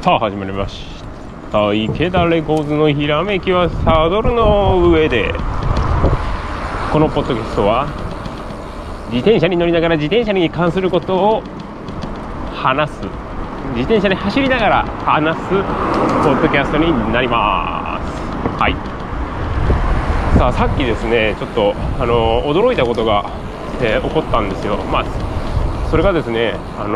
さあ始まりました。池田レコーズのひらめきはサドルの上で。このポッドキャストは自転車に乗りながら自転車に関することを話す、自転車で走りながら話すポッドキャストになります。はい。さあさっきですね、ちょっと驚いたことが、起こったんですよ。それがですね、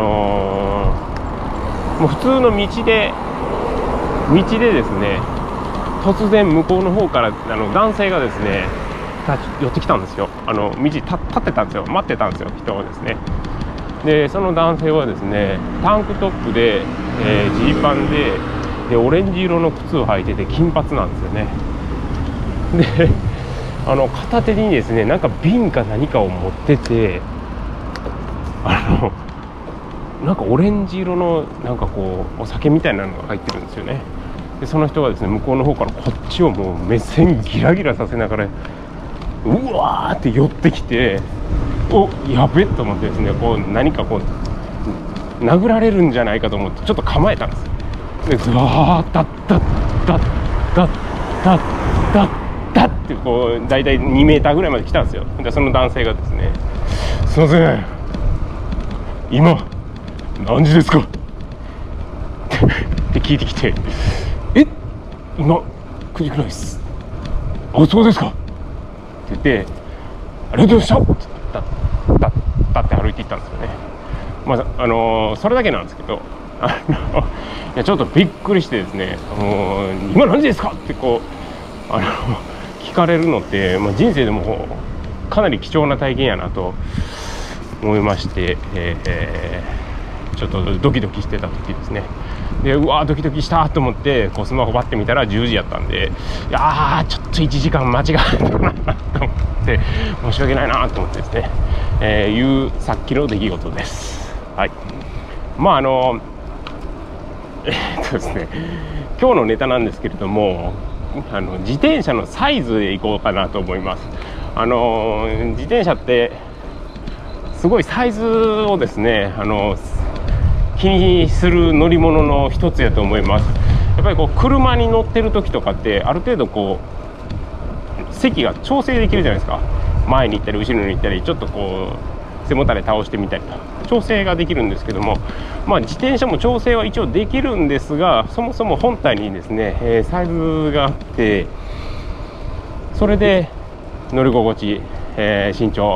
もう普通の道でですね、突然向こうの方から男性がですね寄ってきたんですよ。道立ってたんですよ。待ってたんですよ、人をですね。でその男性はですね、タンクトップでジーパンでオレンジ色の靴を履いてて金髪なんですよね。で片手にですね、なんか瓶か何かを持ってて、なんかオレンジ色のなんかこうお酒みたいなのが入ってるんですよね。でその人がですね、向こうの方からこっちをもう目線ギラギラさせながらうわーって寄ってきて、おやべっと思ってですね、こう何かこう殴られるんじゃないかと思ってちょっと構えたんです。でずわーダッダッダッダッダッダッダッってこうだいたい2メーターぐらいまで来たんですよ。でその男性がですね、すいません、今何時ですかって聞いてきて、今9時くらいです。あ、そうですかって言って、ありがとうございましたって歩いていったんですよね。それだけなんですけど、いやちょっとびっくりしてですね、今何時ですかってこう聞かれるのって、人生でもかなり貴重な体験やなと思いまして、ちょっとドキドキしてた時ですね。でうわードキドキしたと思ってこうスマホバッて見たら10時やったんで、いやちょっと1時間間違えたなと思って申し訳ないなと思ってですね、いうさっきの出来事です。はい。ですね、今日のネタなんですけれども、自転車のサイズでいこうかなと思います。自転車ってすごいサイズをですね、気にする乗り物の一つやと思います。やっぱりこう車に乗ってる時とかってある程度こう席が調整できるじゃないですか。前に行ったり後ろに行ったり、ちょっとこう背もたれ倒してみたりと調整ができるんですけども、自転車も調整は一応できるんですが、そもそも本体にですね、サイズがあって、それで乗り心地、身長、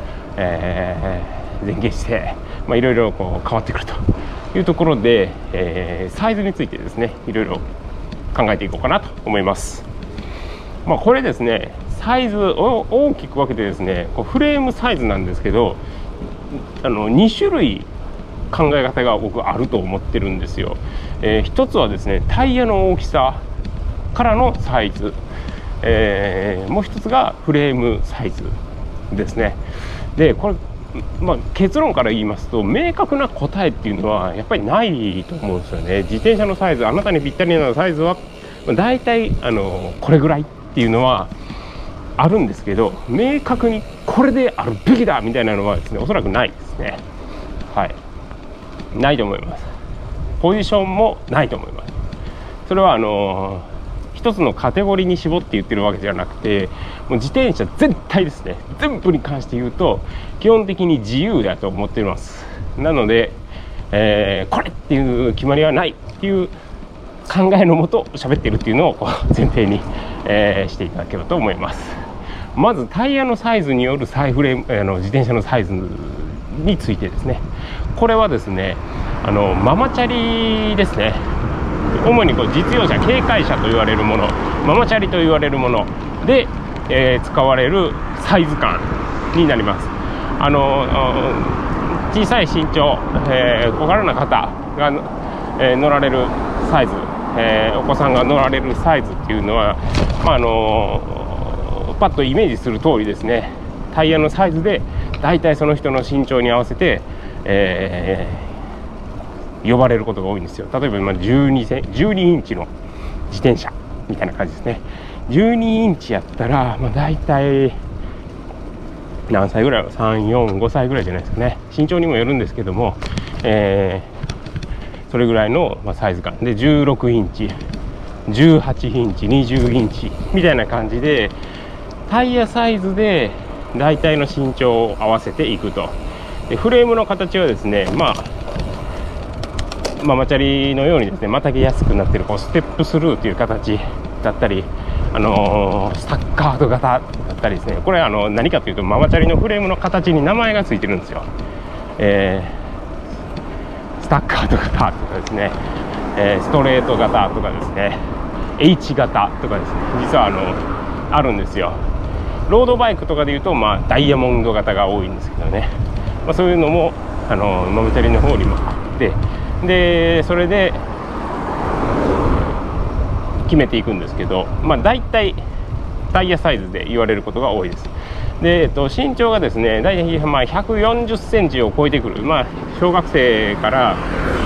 前傾姿勢、いろいろこう変わってくるというところで、サイズについてですね、いろいろ考えていこうかなと思います。これですね、サイズを大きく分けてですね、こうフレームサイズなんですけど、2種類考え方が僕あると思ってるんですよ。一つはですね、タイヤの大きさからのサイズ、もう一つがフレームサイズですね。でこれ結論から言いますと、明確な答えっていうのはやっぱりないと思うんですよね。自転車のサイズ、あなたにぴったりなサイズはだいたいこれぐらいっていうのはあるんですけど、明確にこれであるべきだみたいなのはですね、おそらくないですね。はい、ないと思います。ポジションもないと思います。それは一つのカテゴリーに絞って言ってるわけじゃなくて、もう自転車全体ですね、全部に関して言うと基本的に自由だと思っています。なので、これっていう決まりはないっていう考えのもと喋ってるっていうのをこう前提に、していただければと思います。まずタイヤのサイズによるサイフレーム、自転車のサイズについてですね、これはですね、ママチャリですね。主にこう実用車、軽快車と言われるもの、ママチャリと言われるもので、使われるサイズ感になります。小さい身長、小柄な方が、乗られるサイズ、お子さんが乗られるサイズっていうのは、パッとイメージする通りですね、タイヤのサイズでだいたいその人の身長に合わせて、呼ばれることが多いんですよ。例えば12インチの自転車みたいな感じですね。12インチやったら、だいたい何歳ぐらい、3、4、5歳ぐらいじゃないですかね。身長にもよるんですけども、そそれぐらいのサイズ感で、16インチ18インチ20インチみたいな感じで、タイヤサイズで大体の身長を合わせていくと。でフレームの形はですね、ママチャリのようにですね、またげやすくなっているステップスルーという形だったり、スタッカード型だったりですね。これ何かというと、ママチャリのフレームの形に名前がついてるんですよ。スタッカード型とかですね、ストレート型とかですね、 H 型とかですね、実はあるんですよ。ロードバイクとかでいうと、ダイヤモンド型が多いんですけどね、そういうのもママチャリの方にもあって、でそれで決めていくんですけど、だいたいタイヤサイズで言われることが多いです。で、身長がですね、大体140センチを超えてくる、小学生から、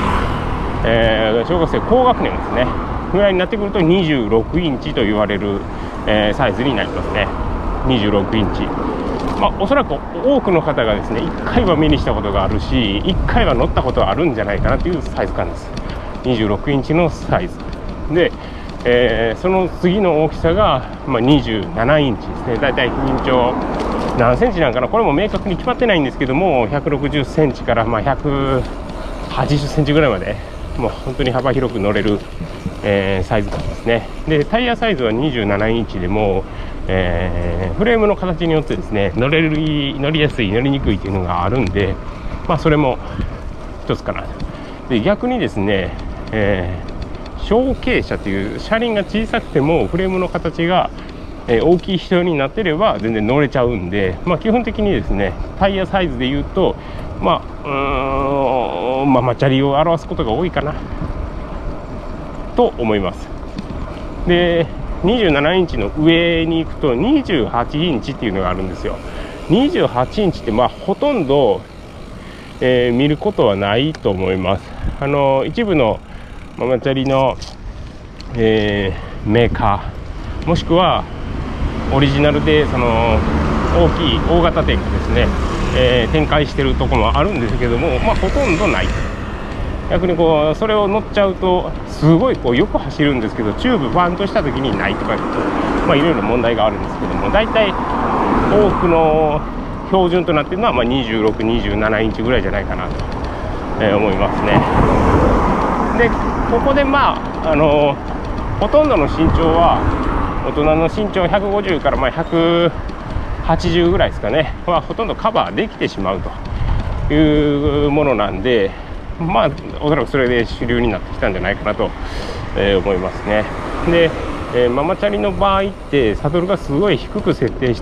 小学生高学年ですねぐらいになってくると26インチと言われる、サイズになりますね。26インチ、おそらく多くの方がですね1回は目にしたことがあるし、1回は乗ったことがあるんじゃないかなというサイズ感です。26インチのサイズで、その次の大きさが、27インチですね。だいたい身長何センチなんかな、これも明確に決まってないんですけども、160センチから180センチぐらいまで、もう本当に幅広く乗れる、サイズ感ですね。でタイヤサイズは27インチでも、フレームの形によってですね、乗りやすい乗りにくいというのがあるんで、それも一つかな。で逆にですね、小径車という車輪が小さくてもフレームの形が大きい人になってれば全然乗れちゃうんで、基本的にですねタイヤサイズでいうとママチャリを表すことが多いかなと思います。で27インチの上に行くと28インチっていうのがあるんですよ。28インチってほとんど、見ることはないと思います。一部のママチャリの、メーカーもしくはオリジナルでその大きい大型店がですね、展開してるところもあるんですけども、ほとんどない。逆にそれを乗っちゃうとすごいよく走るんですけど、チューブバンとした時にないとかいうと、いろいろ問題があるんですけども、だいたい多くの標準となっているのは26、27インチぐらいじゃないかなと、思いますね。でここでほとんどの身長は大人の身長150から180ぐらいですかねはほとんどカバーできてしまうというものなんで、おそらくそれで主流になってきたんじゃないかなと、思いますね。で、ママチャリの場合ってサドルがすごい低く設定して、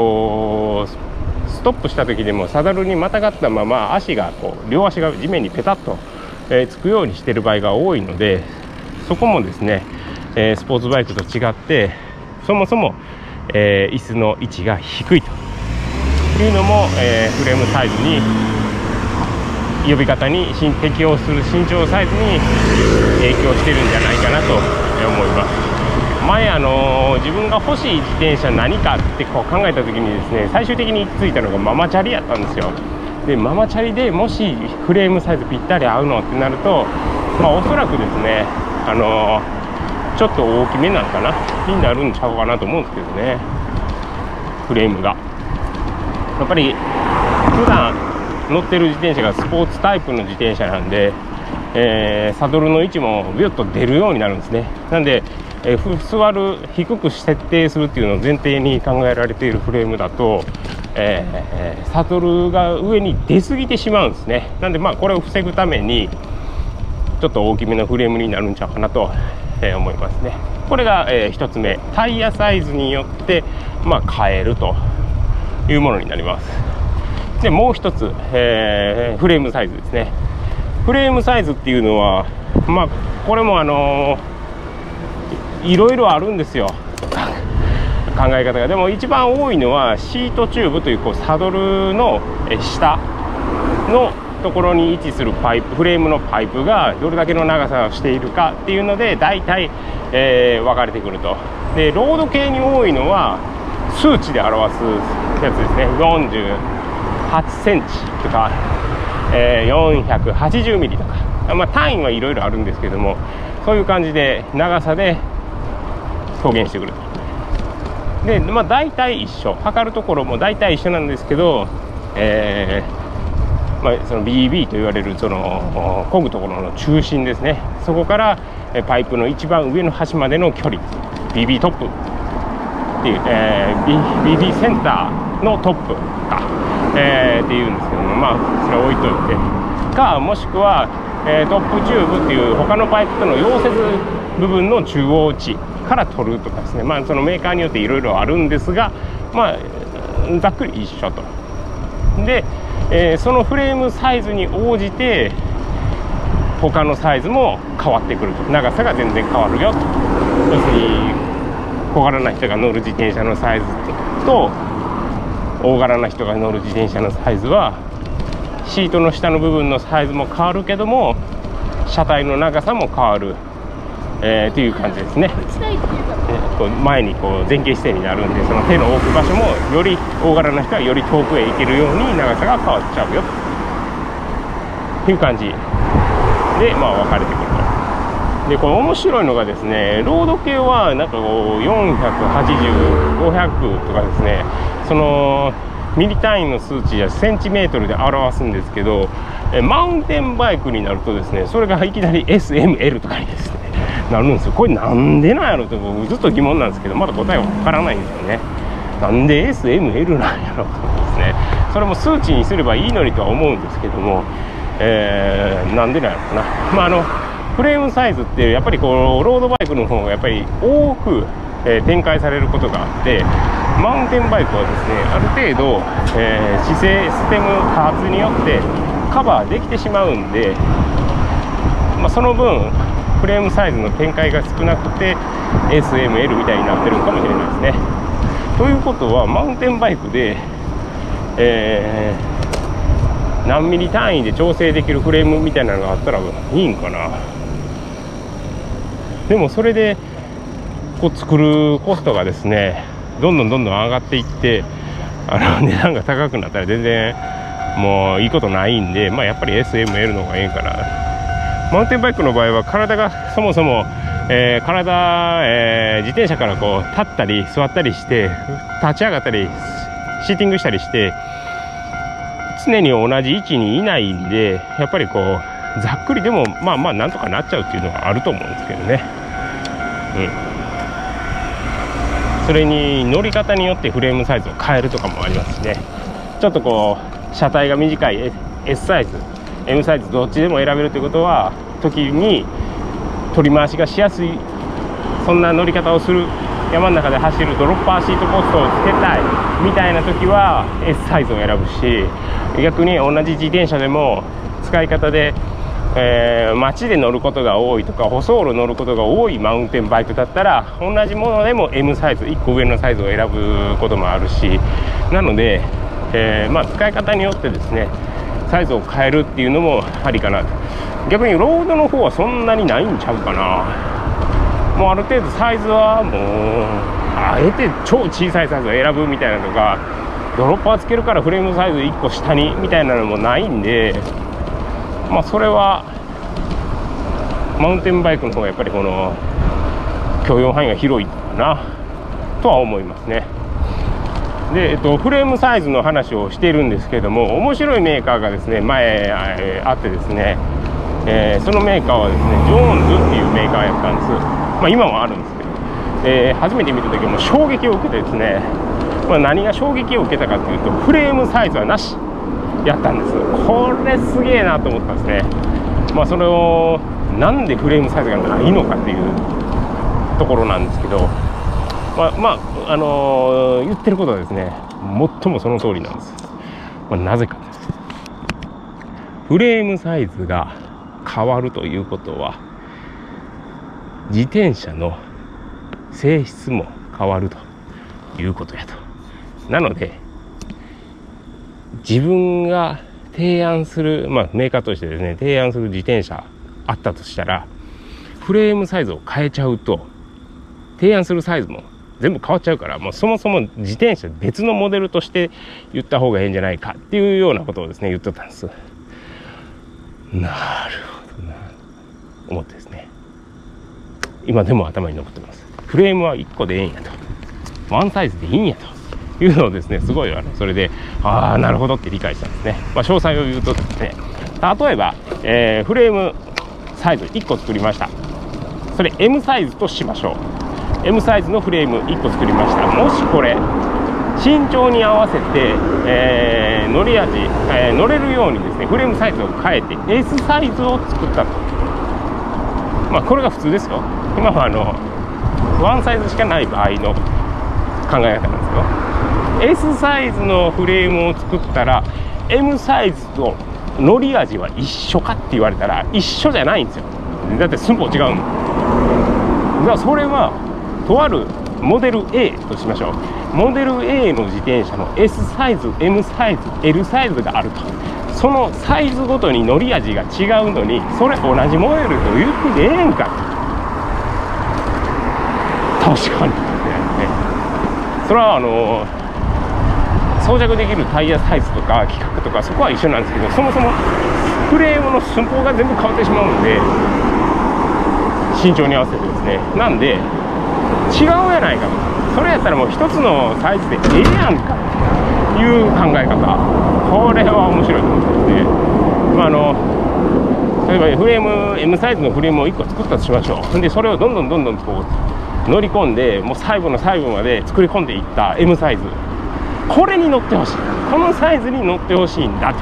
ストップした時でもサドルにまたがったまま両足が地面にペタッと、つくようにしている場合が多いので、そこもですね、スポーツバイクと違ってそもそも、椅子の位置が低いというのも、フレームサイズに呼び方に適応する身長サイズに影響してるんじゃないかなと思います。前自分が欲しい自転車何かって考えた時にですね、最終的に行き着いたのがママチャリやったんですよ。でママチャリでもしフレームサイズぴったり合うのってなると、おそらくですねちょっと大きめなんかなになるんちゃうかなと思うんですけどね。フレームがやっぱり普段乗ってる自転車がスポーツタイプの自転車なんで、サドルの位置もビュッと出るようになるんですね。なんで、座る低く設定するっていうのを前提に考えられているフレームだと、サドルが上に出過ぎてしまうんですね。なんでこれを防ぐためにちょっと大きめのフレームになるんちゃうかなと、思いますね。これが、1つ目、タイヤサイズによって変えるというものになります。でもう一つ、フレームサイズですね。フレームサイズっていうのはこれもいろいろあるんですよ考え方が。でも一番多いのはシートチューブというサドルの下のところに位置するパイプ、フレームのパイプがどれだけの長さをしているかっていうので大体、分かれてくると。でロード系に多いのは数値で表すやつですね。48センチとか、480ミリとか単位はいろいろあるんですけども、そういう感じで長さで表現してくると。で、大体一緒、測るところも大体一緒なんですけど、その BB と言われるその漕ぐところの中心ですね、そこからパイプの一番上の端までの距離、 BB トップっていう、BB センターのトップか、っていうんですけども、それは置いといてか、もしくは、トップチューブっていう他のパイプとの溶接部分の中央値から取るとかですね、そのメーカーによっていろいろあるんですが、ざっくり一緒と。で、そのフレームサイズに応じて他のサイズも変わってくると、長さが全然変わるよと。要するに小柄な人が乗る自転車のサイズと大柄な人が乗る自転車のサイズはシートの下の部分のサイズも変わるけども、車体の長さも変わる、という感じですね。前に前傾姿勢になるんで、その手の置く場所もより大柄な人はより遠くへ行けるように長さが変わっちゃうよという感じで、分かれてくると。で、これ面白いのがですね、ロード系はなんか480、500とかですね、そのミリ単位の数値やセンチメートルで表すんですけど、マウンテンバイクになるとですね、それがいきなり SML とかにですねなるんですよ。これなんでなんやろって僕ずっと疑問なんですけど、まだ答えはわからないんですよね。なんで SML なんやろとですね、それも数値にすればいいのにとは思うんですけども、なんでなんやろかな。フレームサイズってやっぱりロードバイクの方がやっぱり多く、展開されることがあって、マウンテンバイクはですね、ある程度、姿勢ステムパーツによってカバーできてしまうんで、その分フレームサイズの展開が少なくて SML みたいになってるのかもしれないですね。ということはマウンテンバイクで、何ミリ単位で調整できるフレームみたいなのがあったらいいんかな。でもそれで作るコストがですね、どんどん上がっていって、値段が高くなったら全然もういいことないんで、やっぱり SML の方がいいかな。マウンテンバイクの場合は体がそもそも、自転車から立ったり座ったりして立ち上がったりシーティングしたりして常に同じ位置にいないんで、やっぱりざっくりでもなんとかなっちゃうっていうのはあると思うんですけどね。それに乗り方によってフレームサイズを変えるとかもありますしね。ちょっと車体が短い S サイズ M サイズどっちでも選べるということは時に取り回しがしやすい、そんな乗り方をする、山の中で走るドロッパーシートポストをつけたいみたいな時は S サイズを選ぶし、逆に同じ自転車でも使い方で、街で乗ることが多いとか舗装路乗ることが多いマウンテンバイクだったら同じものでも M サイズ1個上のサイズを選ぶこともあるし、なので、使い方によってですねサイズを変えるっていうのもありかなと。逆にロードの方はそんなにないんちゃうかな。もうある程度サイズはもうあえて超小さいサイズを選ぶみたいなとか、ドロッパーつけるからフレームサイズ1個下にみたいなのもないんで、それはマウンテンバイクの方がやっぱり許容範囲が広いかなとは思いますね。で、フレームサイズの話をしているんですけれども、面白いメーカーがですね前あってですね、そのメーカーはですねジョーンズっていうメーカーやったんです。今もあるんですけど、初めて見た時はもう衝撃を受けてですね、何が衝撃を受けたかというとフレームサイズはなしやったんです。これすげえなと思ったんですね。それをなんでフレームサイズがないのかっていうところなんですけど、言ってることはですね最もその通りなんです。なぜかです。フレームサイズが変わるということは自転車の性質も変わるということやと。なので自分が提案する、メーカーとしてですね提案する自転車あったとしたら、フレームサイズを変えちゃうと提案するサイズも全部変わっちゃうから、そもそも自転車別のモデルとして言った方がいいんじゃないかっていうようなことをですね言ってたんです。なるほどな。 思ってですね、今でも頭に残ってます。フレームは1個でええんやと、ワンサイズでいいんやというのをですね、すごいそれでなるほどって理解したんですね。詳細を言うとですね、例えば、フレームサイズ1個作りました。それ M サイズとしましょう。 M サイズのフレーム1個作りました。もしこれ身長に合わせて、乗り味、乗れるようにですねフレームサイズを変えて S サイズを作ったと。これが普通ですよ。今はワンサイズしかない場合の考え方なんですよ。 S サイズのフレームを作ったら M サイズと乗り味は一緒かって言われたら一緒じゃないんですよ。だって寸法違うんだから、それはとあるモデル A としましょう。モデル A の自転車の S サイズ、M サイズ、L サイズがあると。そのサイズごとに乗り味が違うのに、それ同じモデルと言ってええんか。確かに、それは装着できるタイヤサイズとか規格とかそこは一緒なんですけど、そもそもフレームの寸法が全部変わってしまうので、身長に合わせてですね。なんで違うやないかと。それやったらもう一つのサイズでええやんかという考え方、これは面白いと思ってですね。例えばフレーム M サイズのフレームを1個作ったとしましょう。でそれをどんどんこう乗り込んで、もう最後の最後まで作り込んでいった M サイズ、これに乗ってほしい、このサイズに乗ってほしいんだと。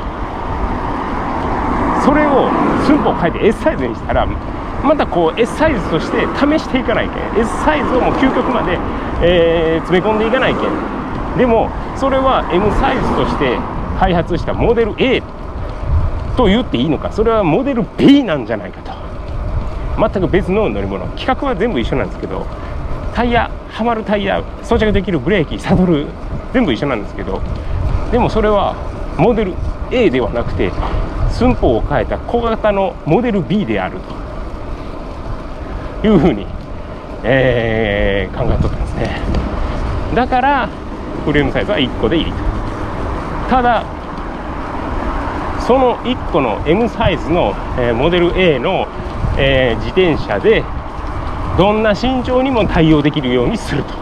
それを寸法を変えて S サイズにしたら、またこう S サイズとして試していかないけん、 S サイズをもう究極まで、詰め込んでいかないけん。でもそれは M サイズとして開発したモデル A と言っていいのか、それはモデル B なんじゃないかと。全く別の乗り物、規格は全部一緒なんですけど、タイヤ、はまるタイヤ、装着できるブレーキ、サドル全部一緒なんですけど、でもそれはモデル A ではなくて寸法を変えた小型のモデル B であるというふうに、考えとったんですね。だからフレームサイズは1個でいいと。ただその1個の M サイズの、モデル A の、自転車でどんな身長にも対応できるようにすると。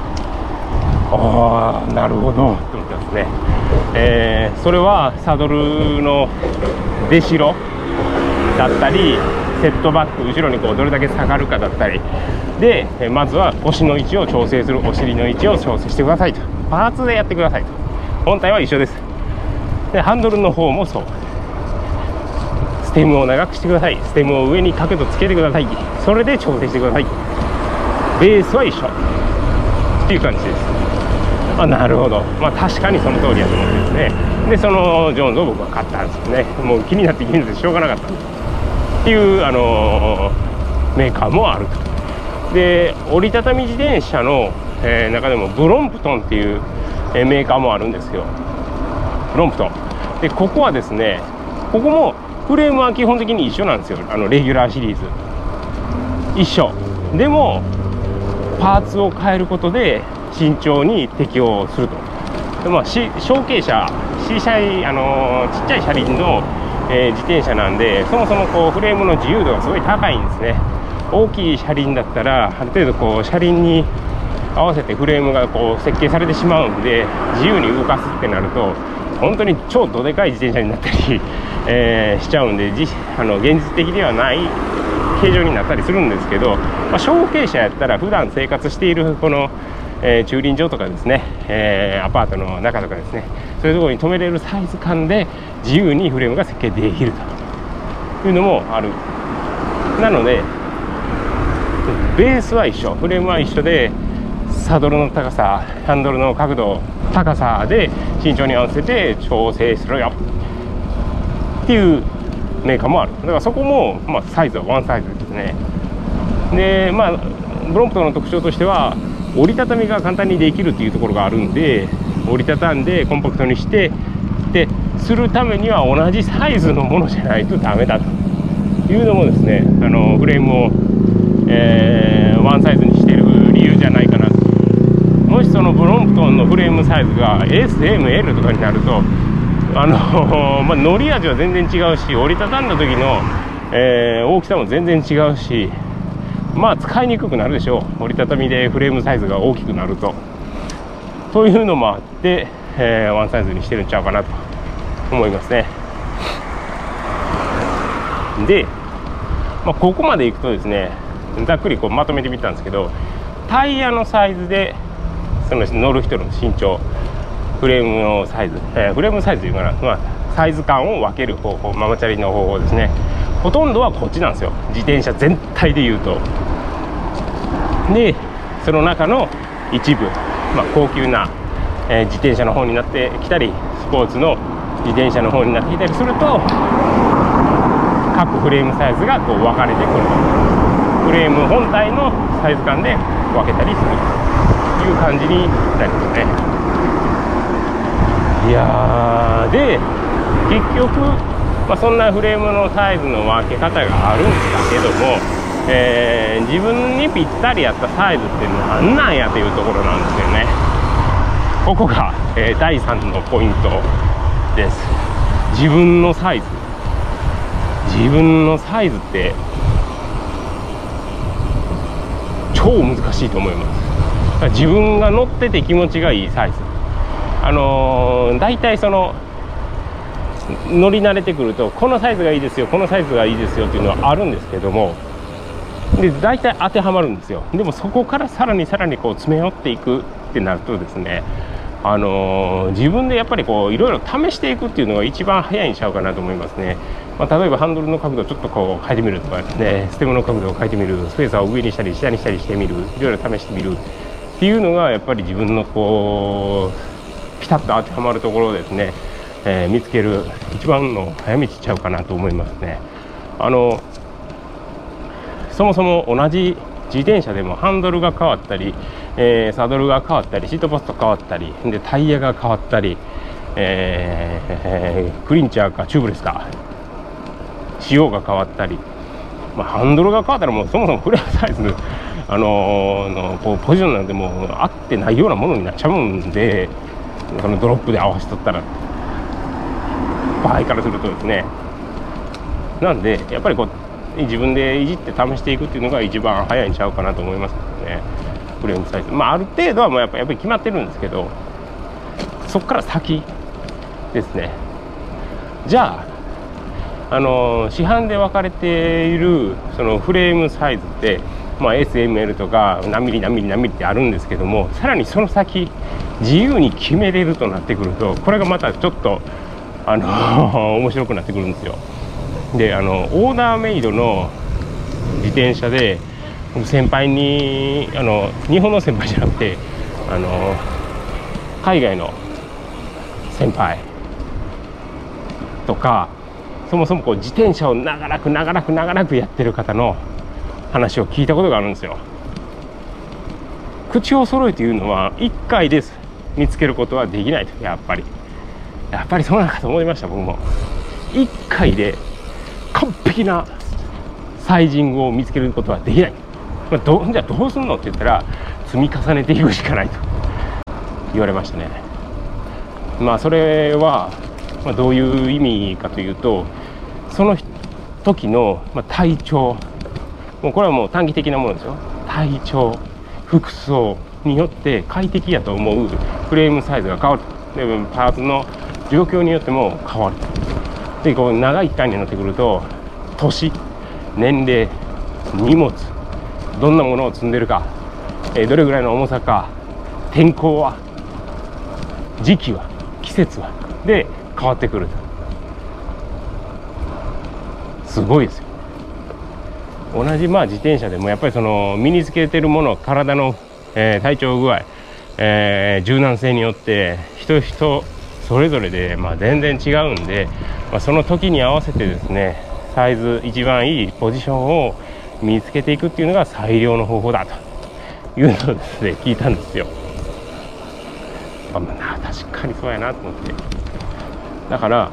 なるほどと思ったんですね。それはサドルの出しろだったり、セットバック、後ろにこうどれだけ下がるかだったりで、まずは腰の位置を調整する、お尻の位置を調整してくださいと。パーツでやってくださいと。本体は一緒です。でハンドルの方もそう、ステムを長くしてください、ステムを上に角度つけてください、それで調整してください。ベースは一緒っていう感じです。なるほど、確かにその通りやと思ってですね。でそのジョーンズを僕は買ったんですよね。もう気になってしょうがなかったっていう、メーカーもあると。で折りたたみ自転車の、中でもブロンプトンっていう、メーカーもあるんですよ。ブロンプトンで、ここはですね、ここもフレームは基本的に一緒なんですよ。レギュラーシリーズ一緒でもパーツを変えることで身長に適応すると。で、小径車、小さい、ちっちゃい車輪の、自転車なんで、そもそもこうフレームの自由度がすごい高いんですね。大きい車輪だったらある程度こう車輪に合わせてフレームがこう設計されてしまうんで、自由に動かすってなると本当に超どでかい自転車になったり、しちゃうんで、現実的ではない形状になったりするんですけど、小径車やったら普段生活しているこの、駐輪場とかですね、アパートの中とかですね、そういうところに止めれるサイズ感で自由にフレームが設計できるというのもある。なのでベースは一緒、フレームは一緒で、サドルの高さ、ハンドルの角度、高さで身長に合わせて調整するよっていうメーカーもある。だからそこも、サイズはワンサイズですね。でブロンプトンの特徴としては折りたたみが簡単にできるっていうところがあるんで、折りたたんでコンパクトにしてするためには同じサイズのものじゃないとダメだというのもですね、フレームを、ワンサイズにしている理由じゃないかなと。もしそのブロンプトンのフレームサイズが S、M、L とかになると乗り味は全然違うし、折りたたんだ時の大きさも全然違うし、まあ使いにくくなるでしょう。折りたたみでフレームサイズが大きくなると、そういうのもあって、ワンサイズにしてるんちゃうかなと思いますね。で、まあ、ここまでいくとですね、ざっくりこうまとめてみたんですけど、タイヤのサイズでその乗る人の身長、フレームのサイズ、フレームサイズというかな、まあ、サイズ感を分ける方法、ママチャリの方法ですね。ほとんどはこっちなんですよ、自転車全体でいうと。でその中の一部、まあ、高級な、自転車の方になってきたり、スポーツの自転車の方になってきたりすると、各フレームサイズがこう分かれてくると、フレーム本体のサイズ感で分けたりするという感じになりますね。いやー、で結局、まあ、そんなフレームのサイズの分け方があるんだけども、自分にぴったりやったサイズって何なんやというところなんですよね。ここが、第3のポイントです。自分のサイズって超難しいと思います。自分が乗ってて気持ちがいいサイズ、だいたいその乗り慣れてくると、このサイズがいいですよ、このサイズがいいですよっていうのはあるんですけども、で大体当てはまるんですよ。でもそこからさらにこう詰め寄っていくってなるとですね、自分でやっぱりこういろいろ試していくっていうのが一番早いんちゃうかなと思いますね。まあ、例えばハンドルの角度をちょっとこう変えてみるとかですね、ステムの角度を変えてみる、スペーサーを上にしたり下にしたりしてみる、いろいろ試してみるっていうのがやっぱり自分のこうピタッと当てはまるところをですね、見つける一番の早道ちゃうかなと思いますね。そもそも同じ自転車でもハンドルが変わったり、サドルが変わったり、シートポスト変わったりで、タイヤが変わったり、クリンチャーかチューブレスか仕様が変わったり、まあ、ハンドルが変わったらもうそもそもフレームサイズのこうポジションなんてもう合ってないようなものになっちゃうんで、そのドロップで合わせとったら場合からするとですね、なんでやっぱりこう自分でいじって試していくっていうのが一番早いんちゃうかなと思いますね。フレームサイズ、まあある程度はもうやっぱり決まってるんですけど、そこから先ですね。じゃあ市販で分かれているそのフレームサイズって、まあ、SML とか何ミリってあるんですけども、さらにその先自由に決めれるとなってくると、これがまたちょっと面白くなってくるんですよ。でオーダーメイドの自転車で先輩に日本の先輩じゃなくて海外の先輩とか、そもそもこう自転車を長らくやってる方の話を聞いたことがあるんですよ。口を揃えて言うのは1回で見つけることはできないと。やっぱりそうなんかと思いました。僕も1回で完璧なサイジングを見つけることはできない。じゃあどうすんのって言ったら、積み重ねていくしかないと言われましたね。まあそれは、どういう意味かというと、その時の、体調、もうこれはもう短期的なものですよ。体調、服装によって快適やと思うフレームサイズが変わる。でパーツの状況によっても変わる。でこう長い期間になってくると、年、年齢、荷物、どんなものを積んでるか、どれぐらいの重さか、天候は、時期は、季節はで変わってくると。すごいですよ。同じ自転車でもやっぱりその身につけてるもの、体の、体調具合、柔軟性によって人それぞれで全然違うんで、その時に合わせてですね、サイズ一番いいポジションを見つけていくっていうのが最良の方法だというのをですね聞いたんですよ。確かにそうやなと思って、だから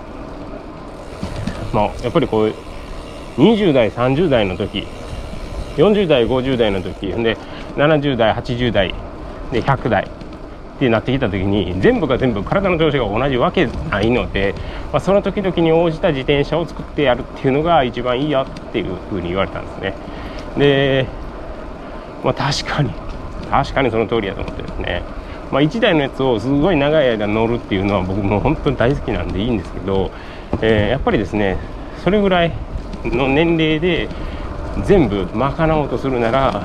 やっぱりこう20代30代の時、40代50代の時で70代80代で100代ってなってきた時に全部が全部体の調子が同じわけないので、その時々に応じた自転車を作ってやるっていうのが一番いいよっていう風に言われたんですね。で、確かにその通りだと思ってですね、1台のやつをすごい長い間乗るっていうのは僕も本当に大好きなんでいいんですけど、やっぱりですねそれぐらいの年齢で全部賄おうとするなら、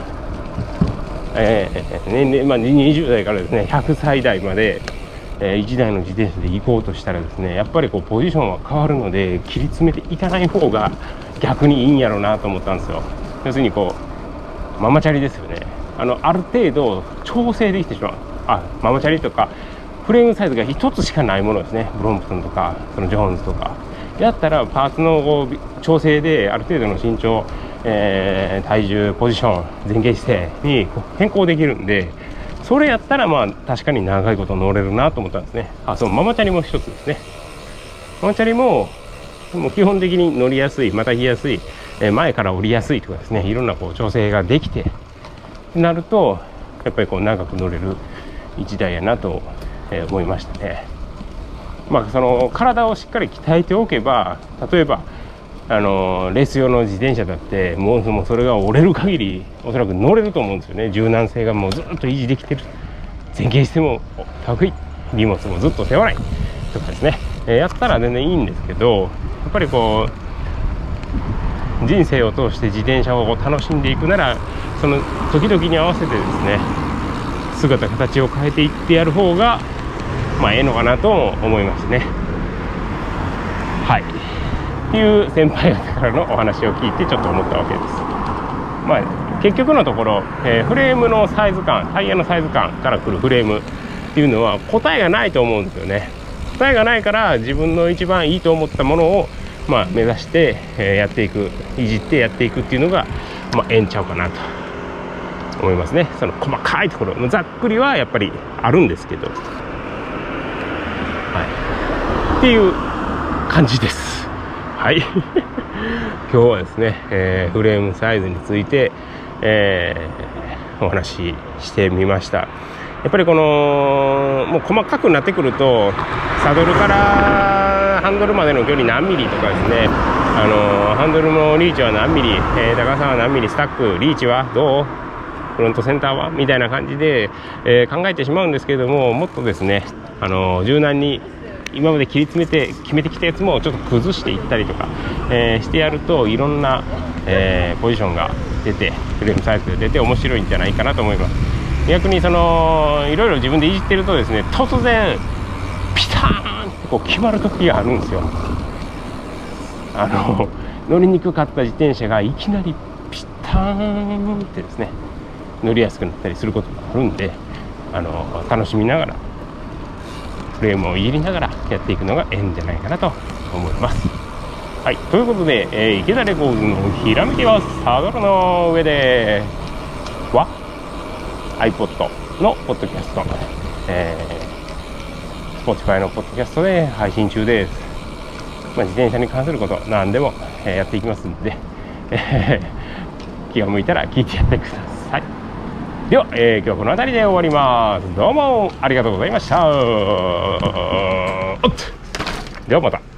年齢、20代からですね100歳代まで、1台の自転車で行こうとしたらですね、やっぱりこうポジションは変わるので切り詰めていかない方が逆にいいんやろうなと思ったんですよ。要するにこうママチャリですよね。ある程度調整できてしまう。ママチャリとかフレームサイズが1つしかないものですね。ブロンプトンとかそのジョーンズとかやったらパーツの調整である程度の身長、体重、ポジション、前傾姿勢に変更できるんで、それやったら確かに長いこと乗れるなと思ったんですね。そう、ママチャリも一つですね。ママチャリも基本的に乗りやすい、またぎやすい、前から降りやすいとかですね、いろんな調整ができてなるとやっぱり長く乗れる一台やなと思いましたね。その体をしっかり鍛えておけば、例えばレース用の自転車だってもうそれが折れる限りおそらく乗れると思うんですよね。柔軟性がもうずっと維持できてる、前傾姿勢も得意、荷物もずっと背負わないとかですね、やったら全然いいんですけど、やっぱり人生を通して自転車を楽しんでいくなら、その時々に合わせてですね姿形を変えていってやる方がええのかなと思いますね。っていう先輩方からのお話を聞いてちょっと思ったわけです。結局のところ、フレームのサイズ感、タイヤのサイズ感から来るフレームっていうのは答えがないと思うんですよね。答えがないから自分の一番いいと思ったものを目指して、やっていく、いじってやっていくっていうのがええんちゃうかなと思いますね。その細かいところ、ざっくりはやっぱりあるんですけど、っていう感じです。今日はですね、フレームサイズについて、お話ししてみました。やっぱりもう細かくなってくると、サドルからハンドルまでの距離何ミリとかですね、ハンドルのリーチは何ミリ、高さは何ミリ、スタックリーチはどう、フロントセンターはみたいな感じで、考えてしまうんですけれども、もっとですね柔軟に今まで切り詰めて決めてきたやつもちょっと崩していったりとか、してやるといろんな、ポジションが出て、フレームサイズで出て面白いんじゃないかなと思います。逆にいろいろ自分でいじってるとですね、突然ピターンって決まる時があるんですよ。乗りにくかった自転車がいきなりピターンってですね乗りやすくなったりすることがあるんで、楽しみながらフレームをいじりながらやっていくのがええんじゃないかなと思います。ということで、池田レコーズのひらめきはサドルの上では iPod のポッドキャスト、Spotify のポッドキャストで配信中です。自転車に関すること何でも、やっていきますんで、気が向いたら聞いてやってください。では、今日はこの辺りで終わります。どうもありがとうございました。ではまた。